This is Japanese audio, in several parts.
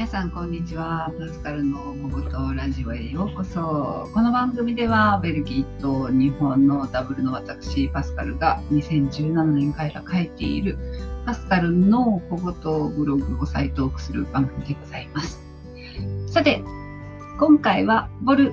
皆さんこんにちは。パスカルの小言ラジオへようこそ。この番組ではベルギーと日本のダブルの私パスカルが2017年から書いているパスカルの小言ブログを再トークする番組でございます。さて、今回はボル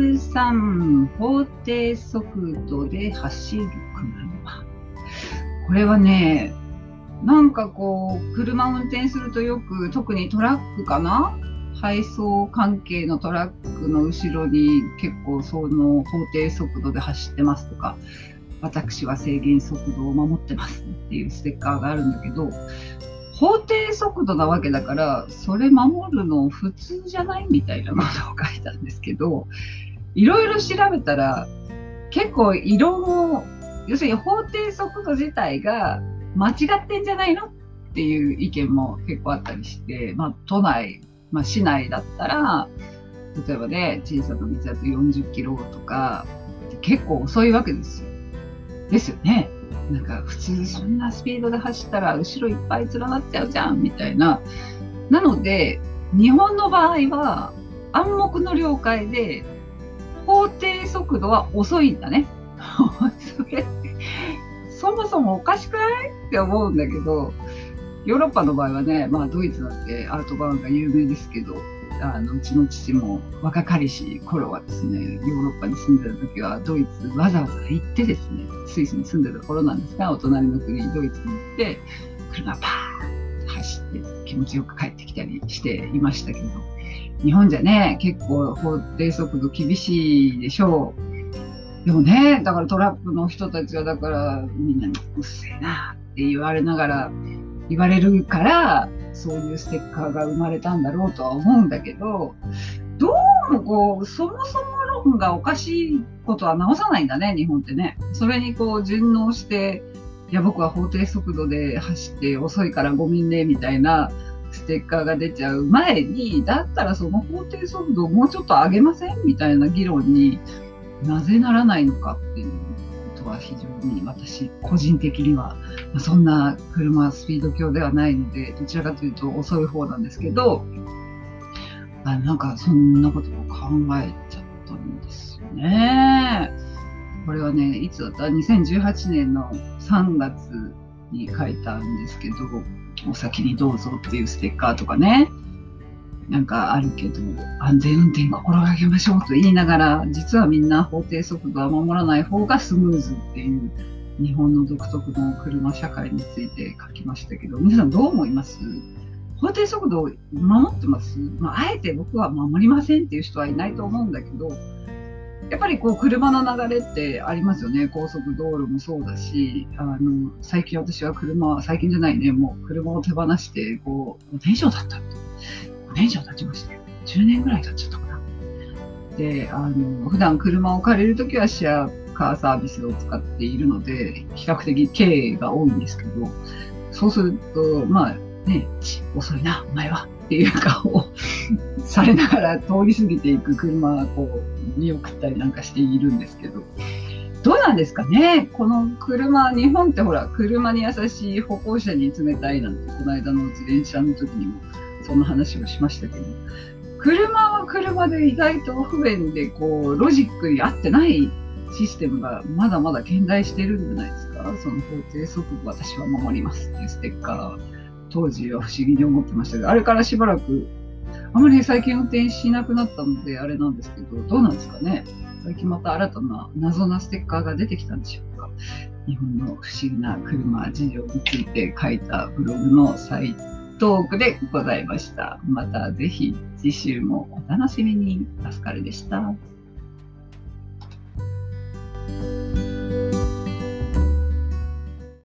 13法定速度で走る車。これはね、なんかこう車を運転するとよく、特にトラックかな、配送関係のトラックの後ろに結構その法定速度で走ってますとか、私は制限速度を守ってますっていうステッカーがあるんだけど、法定速度なわけだからそれ守るの普通じゃないみたいなことを書いたんですけど、いろいろ調べたら結構要するに法定速度自体が間違ってんじゃないのっていう意見も結構あったりして、都内、市内だったら例えばね、小さな道だと40キロとか結構遅いわけですよね。なんか普通そんなスピードで走ったら後ろいっぱい連なっちゃうじゃんみたいな。なので日本の場合は暗黙の了解で法定速度は遅いんだね。それそもそもおかしくないって思うんだけど、ヨーロッパの場合はね、ドイツだってアウトバーンが有名ですけど、うちの父も若かりし頃はですね、ヨーロッパに住んでた時はドイツわざわざ行ってですね、スイスに住んでた頃なんですが、お隣の国ドイツに行って車パーッと走って気持ちよく帰ってきたりしていましたけど、日本じゃね結構法定速度厳しいでしょう。でもね、だからトラックの人たちはだからみんなにうっせえなって言われるからそういうステッカーが生まれたんだろうとは思うんだけど、どうもそもそも論がおかしいことは直さないんだね、日本ってね。それに順応して、いや僕は法定速度で走って遅いからごめんねみたいなステッカーが出ちゃう前に、だったらその法定速度をもうちょっと上げませんみたいな議論になぜならないのかっていうことは非常に私個人的には、そんな車スピード強ではないので、どちらかというと遅い方なんですけど、なんかそんなことを考えちゃったんですよね。これはね、いつだった ?2018 年の3月に書いたんですけど、お先にどうぞっていうステッカーとかね、なんかあるけど、安全運転心がけましょうと言いながら、実はみんな法定速度は守らない方がスムーズっていう日本の独特の車社会について書きましたけど、皆さんどう思います？法定速度を守ってます？あえて僕は守りませんっていう人はいないと思うんだけど、やっぱり車の流れってありますよね。高速道路もそうだし、最近私は最近じゃないね、もう車を手放して5年以上経った。5年以上経ちましたよ。10年ぐらい経っちゃったかな。で、普段車を借りるときはシェアカーサービスを使っているので、比較的経営が多いんですけど、そうすると、遅いな、お前はっていう顔をされながら通り過ぎていく車を見送ったりなんかしているんですけど、どうなんですかね、この車、日本ってほら、車に優しい歩行者に冷たいなんて、この間の自転車の時にもそんな話をしましたけど、車は車で意外と不便でロジックに合ってないシステムがまだまだ顕在してるんじゃないですか。その法定速度私は守りますっていうステッカー、当時は不思議に思ってましたけど、あれからしばらくあまり最近運転しなくなったのであれなんですけど、どうなんですかね。最近また新たな謎なステッカーが出てきたんでしょうか。日本の不思議な車事情について書いたブログのサイトークでございました。またぜひ次週もお楽しみに。パスカルでした。